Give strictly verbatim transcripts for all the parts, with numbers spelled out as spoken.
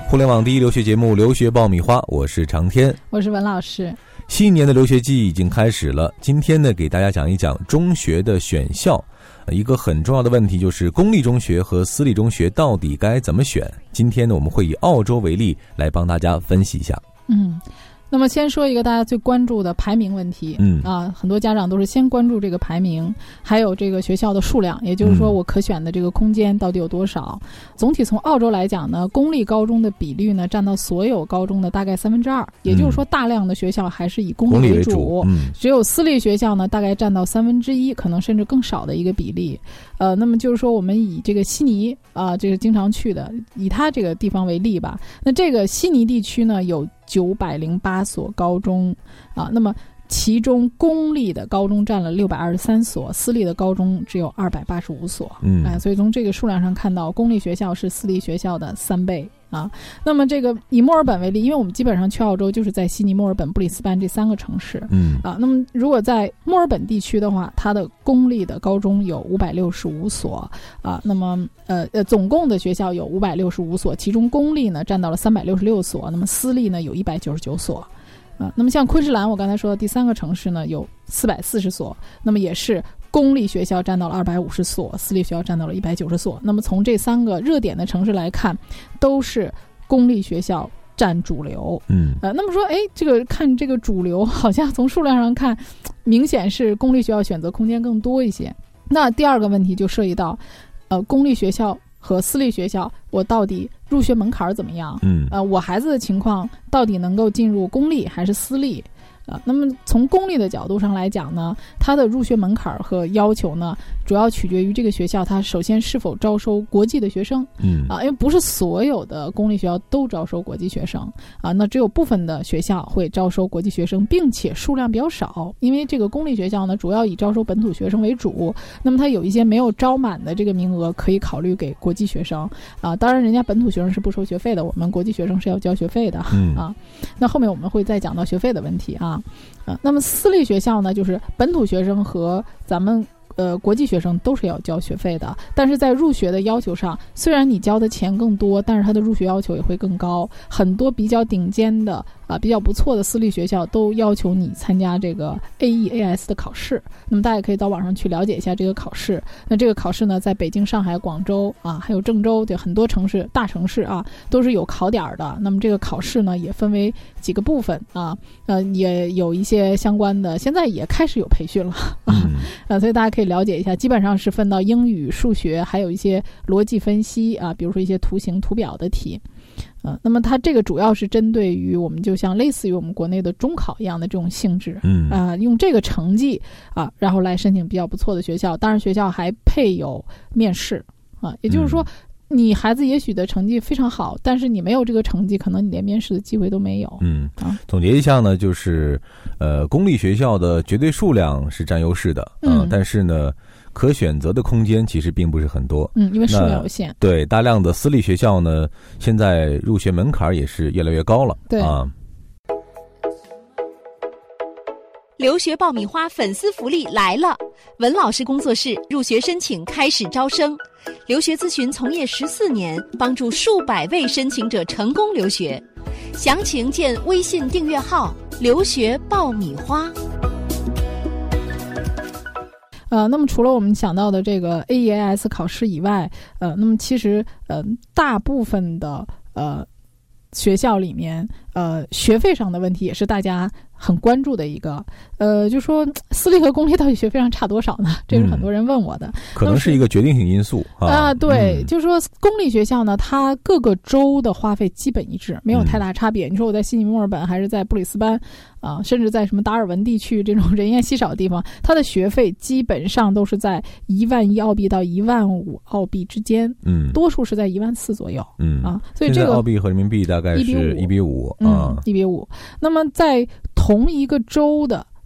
互联网第一留学节目《留学爆米花》，我是长天， 我是文老师。 新一年的留学季已经开始了，今天呢，给大家讲一讲中学的选校。一个很重要的问题就是公立中学和私立中学到底该怎么选？今天呢，我们会以澳洲为例来帮大家分析一下。 嗯。那么先说一个大家最关注的排名问题，嗯啊，很多家长都是先关注这个排名，还有这个学校的数量，也就是说我可选的这个空间到底有多少。嗯、总体从澳洲来讲呢，公立高中的比率呢占到所有高中的大概三分之二，也就是说大量的学校还是以公立为主，为主嗯、只有私立学校呢大概占到三分之一，可能甚至更少的一个比例。呃，那么就是说我们以这个悉尼啊、呃，这个经常去的，以它这个地方为例吧。那这个悉尼地区呢有九百零八所高中啊，那么其中公立的高中占了六百二十三所，私立的高中只有二百八十五所。嗯，哎，所以从这个数量上看到，公立学校是私立学校的三倍啊。那么这个以墨尔本为例，因为我们基本上去澳洲就是在悉尼、墨尔本、布里斯班这三个城市。嗯啊，那么如果在墨尔本地区的话，它的公立的高中有五百六十五所啊，那么呃呃总共的学校有五百六十五所，其中公立呢占到了三百六十六所，那么私立呢有一百九十九所。啊，那么像昆士兰，我刚才说的第三个城市呢，有四百四十所，那么也是公立学校占到了二百五十所，私立学校占到了一百九十所。那么从这三个热点的城市来看，都是公立学校占主流。嗯，呃，那么说，哎，这个看这个主流，好像从数量上看，明显是公立学校选择空间更多一些。那第二个问题就涉及到，呃，公立学校和私立学校，我到底入学门槛怎么样？嗯，呃，我孩子的情况到底能够进入公立还是私立？呃，那么从公立的角度上来讲呢，它的入学门槛和要求呢，主要取决于这个学校它首先是否招收国际的学生。嗯，啊，因为不是所有的公立学校都招收国际学生啊，那只有部分的学校会招收国际学生，并且数量比较少。因为这个公立学校呢，主要以招收本土学生为主，那么它有一些没有招满的这个名额，可以考虑给国际学生啊。当然，人家本土学生是不收学费的，我们国际学生是要交学费的。嗯啊，那后面我们会再讲到学费的问题啊。啊，那么私立学校呢，就是本土学生和咱们呃国际学生都是要交学费的，但是在入学的要求上，虽然你交的钱更多，但是它的入学要求也会更高。很多比较顶尖的啊、呃、比较不错的私立学校都要求你参加这个 A E A S 的考试。那么大家可以到网上去了解一下这个考试。那这个考试呢，在北京、上海、广州啊，还有郑州，对很多城市、大城市啊，都是有考点的。那么这个考试呢，也分为几个部分啊，呃，也有一些相关的，现在也开始有培训了啊，嗯、呃，所以大家可以了解一下。基本上是分到英语、数学，还有一些逻辑分析啊，比如说一些图形、图表的题。呃，那么它这个主要是针对于我们就像类似于我们国内的中考一样的这种性质，嗯啊、呃，用这个成绩啊，然后来申请比较不错的学校。当然，学校还配有面试啊，也就是说，你孩子也许的成绩非常好，但是你没有这个成绩，可能你连面试的机会都没有。嗯啊，总结一下呢，就是呃，公立学校的绝对数量是占优势的，呃、嗯，但是呢，可选择的空间其实并不是很多，嗯，因为数量有限。对，大量的私立学校呢，现在入学门槛也是越来越高了。对啊。 留学爆米花粉丝福利来了！文老师工作室入学申请开始招生，留学咨询从业十四年，帮助数百位申请者成功留学。详情见微信订阅号“留学爆米花”。 呃，那么除了我们讲到的这个 A E A S 考试以外，呃，那么其实呃大部分的呃学校里面，呃学费上的问题也是大家很关注的一个，呃，就说私立和公立到底学费上差多少呢？这是很多人问我的，嗯、 可能是一个决定性因素啊。 啊对，嗯、就是说公立学校呢，它各个州的花费基本一致，没有太大差别。嗯、你说我在悉尼、墨尔本还是在布里斯班啊，甚至在什么达尔文地区这种人烟稀少的地方，它的学费基本上都是在一万一澳币到一万五澳币之间，嗯，多数是在一万四左右，嗯啊，所以这个澳币和人民币大概是一比五啊， 一比五。那么在同一个州的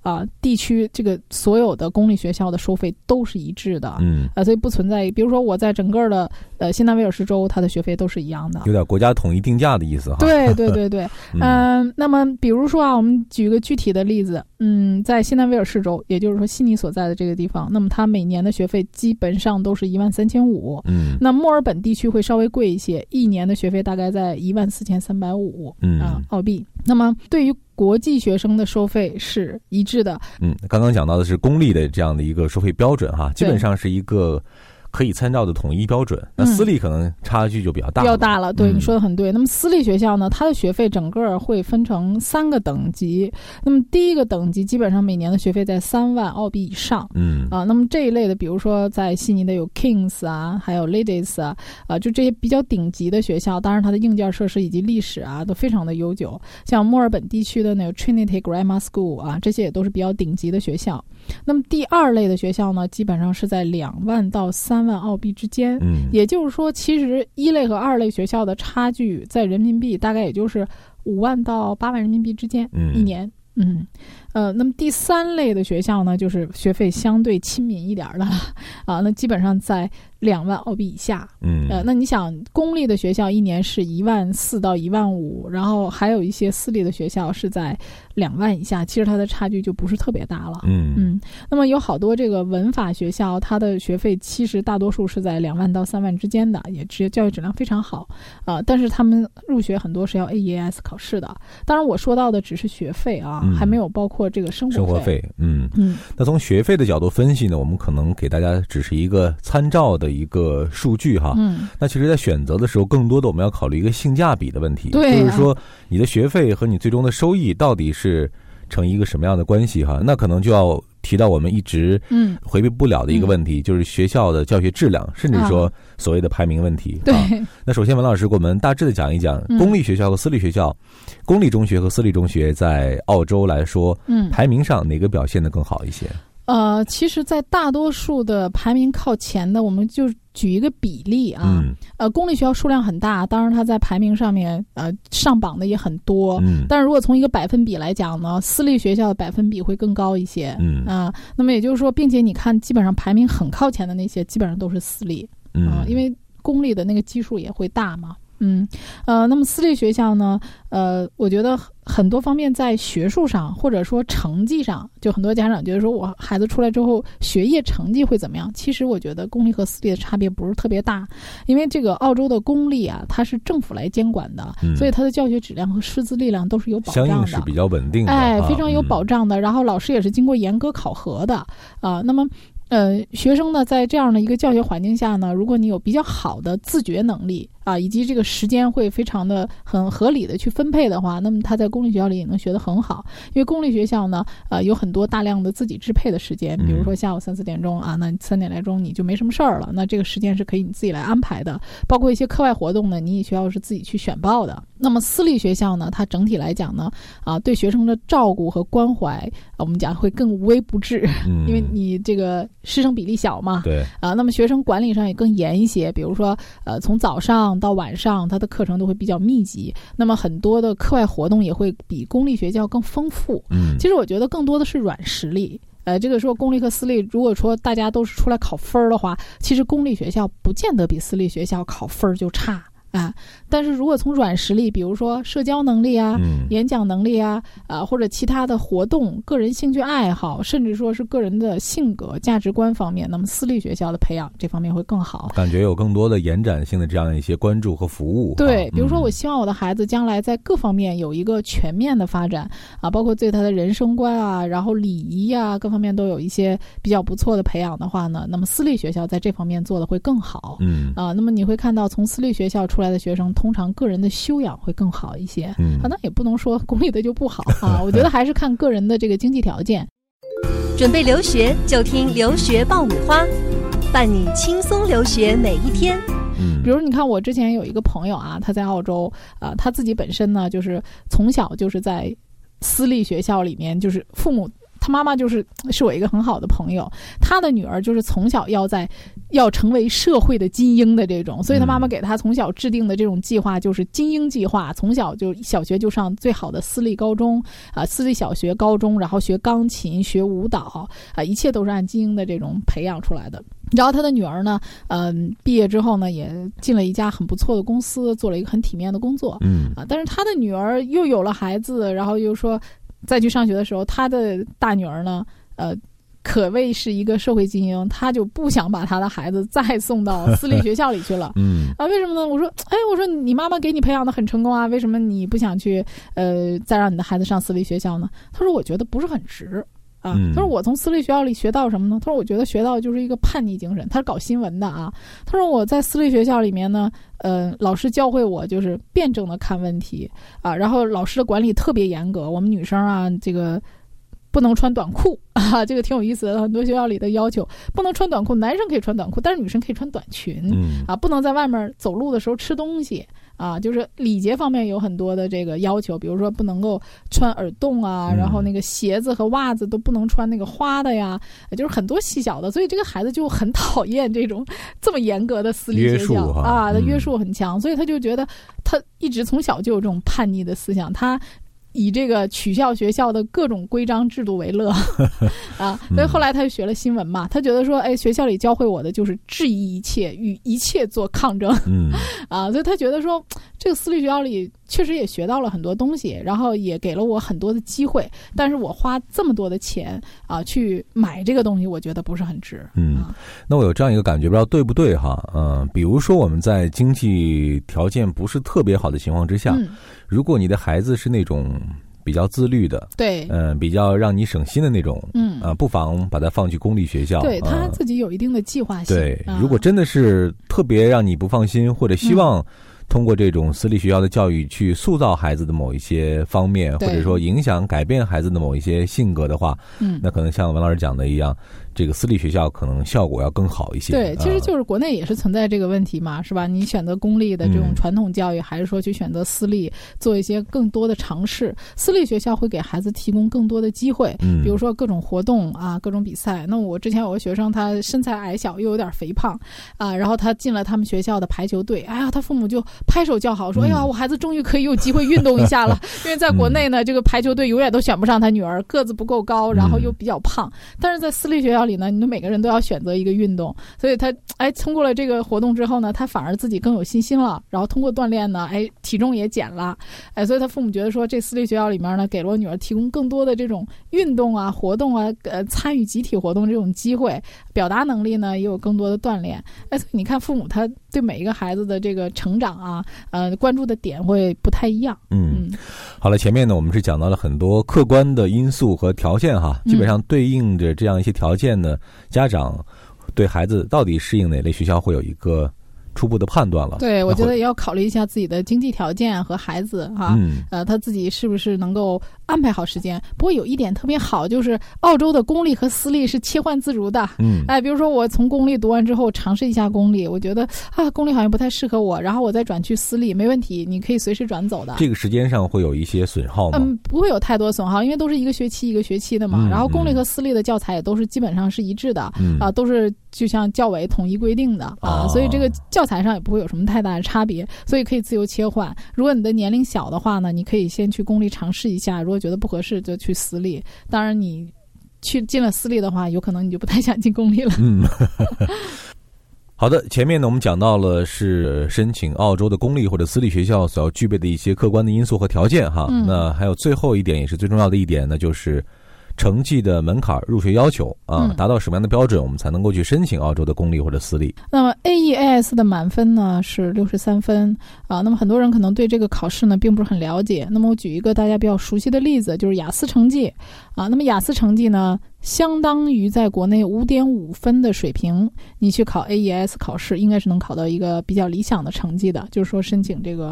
啊，地区这个所有的公立学校的收费都是一致的，嗯，啊，所以不存在，比如说我在整个的呃新南威尔士州，它的学费都是一样的， 有点国家统一定价的意思哈。 对对对对，嗯、呃，那么比如说啊，我们举个具体的例子，嗯，在新南威尔士州，也就是说悉尼所在的这个地方，那么它每年的学费基本上都是一万三千五，嗯，那墨尔本地区会稍微贵一些，一年的学费大概在一万四千三百五，嗯啊澳币。那么对于国际学生的收费是一致的。 嗯，刚刚讲到的是公立的这样的一个收费标准哈，基本上是一个可以参照的统一标准。那私立可能差距就比较大了， 比较大了。对，嗯、你说的很对。那么私立学校呢，它的学费整个会分成三个等级。那么第一个等级基本上每年的学费在三万澳币以上。嗯啊，那么这一类的，比如说在悉尼的有 Kings 啊，还有 Ladies 啊，啊，就这些比较顶级的学校，当然它的硬件设施以及历史啊都非常的悠久。像墨尔本地区的那个 Trinity Grammar School 啊，这些也都是比较顶级的学校。那么第二类的学校呢，基本上是在两万到三万澳币之间，嗯，也就是说，其实一类和二类学校的差距在人民币大概也就是五万到八万人民币之间，嗯，一年，嗯，呃，那么第三类的学校呢，就是学费相对亲民一点的啊，那基本上在两万澳币以下，嗯，呃，那你想，公立的学校一年是一万四到一万五，然后还有一些私立的学校是在两万以下，其实它的差距就不是特别大了，嗯嗯。那么有好多这个文法学校，它的学费其实大多数是在两万到三万之间的，也职业教育质量非常好，啊、呃，但是他们入学很多是要 A E S 考试的。当然，我说到的只是学费啊，嗯、还没有包括这个生活费。 生活费，嗯嗯。那从学费的角度分析呢，我们可能给大家只是一个参照的一个数据哈。嗯。那其实，在选择的时候，更多的我们要考虑一个性价比的问题， 对、啊， 就是说你的学费和你最终的收益到底是成一个什么样的关系哈？那可能就要提到我们一直嗯回避不了的一个问题，嗯、就是学校的教学质量，甚至说所谓的排名问题。 对、 啊，那首先文老师给我们大致的讲一讲公立学校和私立学校，嗯、公立中学和私立中学在澳洲来说，嗯，排名上哪个表现得更好一些？ 呃，其实，在大多数的排名靠前的，我们就举一个比例啊，嗯、呃，公立学校数量很大，当然它在排名上面呃上榜的也很多，嗯，但是如果从一个百分比来讲呢，私立学校的百分比会更高一些，嗯啊、呃，那么也就是说，并且你看，基本上排名很靠前的那些，基本上都是私立，嗯、呃，因为公立的那个基数也会大嘛。嗯，呃，那么私立学校呢，呃，我觉得很多方面在学术上或者说成绩上，就很多家长觉得说我孩子出来之后学业成绩会怎么样？其实我觉得公立和私立的差别不是特别大，因为这个澳洲的公立啊，它是政府来监管的，嗯、所以它的教学质量和师资力量都是有保障的， 相应是比较稳定的， 哎，非常有保障的。嗯、然后老师也是经过严格考核的啊、呃。那么。呃，学生呢，在这样的一个教学环境下呢，如果你有比较好的自觉能力啊，以及这个时间会非常的很合理的去分配的话，那么他在公立学校里也能学得很好。因为公立学校呢，呃，有很多大量的自己支配的时间，比如说下午三四点钟啊，那三点来钟你就没什么事儿了，那这个时间是可以你自己来安排的。包括一些课外活动呢，你学校是自己去选报的。那么私立学校呢，它整体来讲呢，啊，对学生的照顾和关怀，啊、我们讲会更无微不至，嗯、因为你这个师生比例小嘛， 对啊，那么学生管理上也更严一些，比如说呃，从早上到晚上，他的课程都会比较密集，那么很多的课外活动也会比公立学校更丰富。嗯，其实我觉得更多的是软实力。呃，这个说公立和私立，如果说大家都是出来考分的话，其实公立学校不见得比私立学校考分就差。啊，但是如果从软实力，比如说社交能力啊、嗯、演讲能力啊，啊或者其他的活动、个人兴趣爱好，甚至说是个人的性格、价值观方面，那么私立学校的培养这方面会更好， 感觉有更多的延展性的这样一些关注和服务。 对，比如说我希望我的孩子将来在各方面有一个全面的发展啊，包括对他的人生观啊，然后礼仪啊，各方面都有一些比较不错的培养的话呢，那么私立学校在这方面做的会更好。嗯啊，那么你会看到从私立学校出来的学生通常个人的修养会更好一些，嗯，啊，那也不能说公立的就不好啊，我觉得还是看个人的这个经济条件。 准备留学就听留学爆米花，伴你轻松留学每一天。 嗯，比如你看我之前有一个朋友啊，他在澳洲啊、呃，他自己本身呢就是从小就是在私立学校里面，就是父母他妈妈就是是我一个很好的朋友，他的女儿就是从小要在要成为社会的精英的这种，所以他妈妈给他从小制定的这种计划就是精英计划，从小就小学就上最好的私立高中啊、呃，私立小学、高中，然后学钢琴、学舞蹈啊、呃，一切都是按精英的这种培养出来的。然后他的女儿呢，嗯、呃，毕业之后呢，也进了一家很不错的公司，做了一个很体面的工作，嗯啊，但是他的女儿又有了孩子，然后又说。再去上学的时候，他的大女儿呢，呃，可谓是一个社会精英，他就不想把他的孩子再送到私立学校里去了。嗯啊，为什么呢？我说，哎，我说你妈妈给你培养的很成功啊，为什么你不想去呃再让你的孩子上私立学校呢？他说，我觉得不是很值。啊，他说我从私立学校里学到什么呢？他说我觉得学到就是一个叛逆精神。他是搞新闻的啊。他说我在私立学校里面呢，呃，老师教会我就是辩证的看问题啊，然后老师的管理特别严格，我们女生啊，这个不能穿短裤啊，这个挺有意思的。很多学校里的要求不能穿短裤，男生可以穿短裤，但是女生可以穿短裙，嗯啊，不能在外面走路的时候吃东西。啊，就是礼节方面有很多的这个要求，比如说不能够穿耳洞啊，嗯、然后那个鞋子和袜子都不能穿那个花的呀，就是很多细小的，所以这个孩子就很讨厌这种这么严格的私立学校啊，他约束很强，嗯、所以他就觉得他一直从小就有这种叛逆的思想，他。以这个取笑学校的各种规章制度为乐啊，所以后来他就学了新闻嘛，他觉得说，哎，学校里教会我的就是质疑一切，与一切做抗争，嗯啊，所以他觉得说，这个私立学校里确实也学到了很多东西，然后也给了我很多的机会，但是我花这么多的钱啊去买这个东西，我觉得不是很值。 嗯，啊、那我有这样一个感觉，不知道对不对哈？嗯、呃，比如说我们在经济条件不是特别好的情况之下，嗯、如果你的孩子是那种比较自律的， 对， 嗯、呃，比较让你省心的那种，嗯啊、呃，不妨把他放去公立学校， 对他自己有一定的计划性。 对，啊、如果真的是特别让你不放心，或者希望、嗯。通过这种私立学校的教育去塑造孩子的某一些方面，或者说影响改变孩子的某一些性格的话，嗯，那可能像文老师讲的一样，这个私立学校可能效果要更好一些。 对，其实就是国内也是存在这个问题嘛，呃、是吧？你选择公立的这种传统教育，嗯、还是说去选择私立，做一些更多的尝试？私立学校会给孩子提供更多的机会，嗯，比如说各种活动啊，各种比赛。那我之前有个学生，他身材矮小又有点肥胖啊，然后他进了他们学校的排球队，哎呀，他父母就拍手叫好，说：“哎呀，我孩子终于可以有机会运动一下了。”因为在国内呢，这个排球队永远都选不上他女儿，个子不够高，然后又比较胖。但是在私立学校里呢，你们每个人都要选择一个运动，所以他哎，通过了这个活动之后呢，他反而自己更有信心了。然后通过锻炼呢，哎，体重也减了，哎，所以他父母觉得说，这私立学校里面呢，给了我女儿提供更多的这种运动啊、活动啊，呃，参与集体活动这种机会，表达能力呢也有更多的锻炼。哎，所以你看父母他对每一个孩子的这个成长啊。呃，关注的点会不太一样。 嗯，嗯好了，前面呢我们是讲到了很多客观的因素和条件哈，基本上对应着这样一些条件呢，嗯、家长对孩子到底适应哪类学校会有一个初步的判断了。 对，我觉得也要考虑一下自己的经济条件和孩子哈，嗯、呃，他自己是不是能够安排好时间。不过有一点特别好，就是澳洲的公立和私立是切换自如的。嗯，哎，比如说我从公立读完之后尝试一下公立，我觉得啊，公立好像不太适合我，然后我再转去私立，没问题，你可以随时转走的。 这个时间上会有一些损耗吗？ 嗯，不会有太多损耗，因为都是一个学期一个学期的嘛。嗯、然后公立和私立的教材也都是基本上是一致的，嗯、啊，都是就像教委统一规定的啊，哦、所以这个教材上也不会有什么太大的差别，所以可以自由切换。如果你的年龄小的话呢，你可以先去公立尝试一下，如果觉得不合适就去私立。当然你去进了私立的话，有可能你就不太想进公立了。嗯， 好的，前面呢我们讲到了是申请澳洲的公立或者私立学校所要具备的一些客观的因素和条件哈。嗯、那还有最后一点也是最重要的一点呢，就是成绩的门槛入学要求啊，嗯、达到什么样的标准，我们才能够去申请澳洲的公立或者私立？ 那么 A E A S 的满分呢是六十三分啊。那么很多人可能对这个考试呢并不是很了解。那么我举一个大家比较熟悉的例子，就是雅思成绩啊。那么雅思成绩呢，相当于在国内 五点五 分的水平，你去考 A E A S 考试，应该是能考到一个比较理想的成绩的，就是说申请这个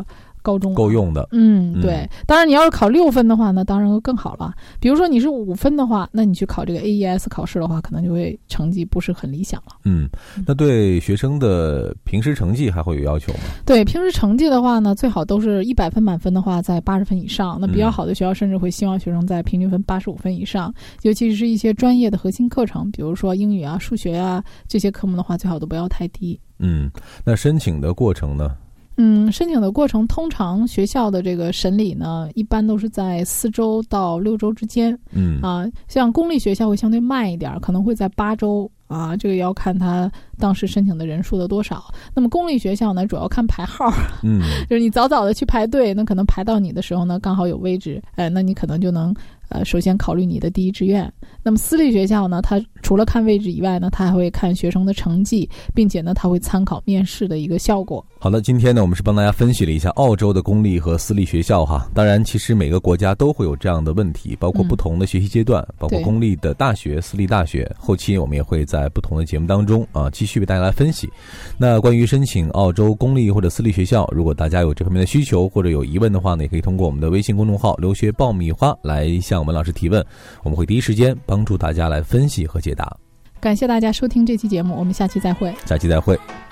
高中、啊、 够用的。 嗯，对。当然，你要是考六分的话呢，当然更好了。比如说你是五分的话，那你去考这个 A E S 考试的话，可能就会成绩不是很理想了。 嗯，那对学生的平时成绩还会有要求吗？ 对，平时成绩的话呢，最好都是一百分满分的话，在八十分以上。那比较好的学校甚至会希望学生在平均分八十五分以上，尤其是一些专业的核心课程，比如说英语啊、数学啊这些科目的话，最好都不要太低。 嗯，那申请的过程呢？ 嗯，申请的过程通常学校的这个审理呢，一般都是在四周到六周之间。 嗯啊，像公立学校会相对慢一点，可能会在八周啊，这个要看他当时申请的人数的多少。那么公立学校呢，主要看排号， 嗯， 就是你早早的去排队，那可能排到你的时候呢，刚好有位置，哎，那你可能就能呃，首先考虑你的第一志愿。那么私立学校呢，它除了看位置以外呢，它还会看学生的成绩，并且呢，它会参考面试的一个效果。 好的，今天呢，我们是帮大家分析了一下澳洲的公立和私立学校哈。当然，其实每个国家都会有这样的问题，包括不同的学习阶段，嗯、包括公立的大学、私立大学。后期我们也会在不同的节目当中啊，继续为大家来分析。那关于申请澳洲公立或者私立学校，如果大家有这方面的需求或者有疑问的话呢，也可以通过我们的微信公众号“留学爆米花”来向文老师提问，我们会第一时间帮助大家来分析和解答。 感谢大家收听这期节目，我们下期再会。 下期再会。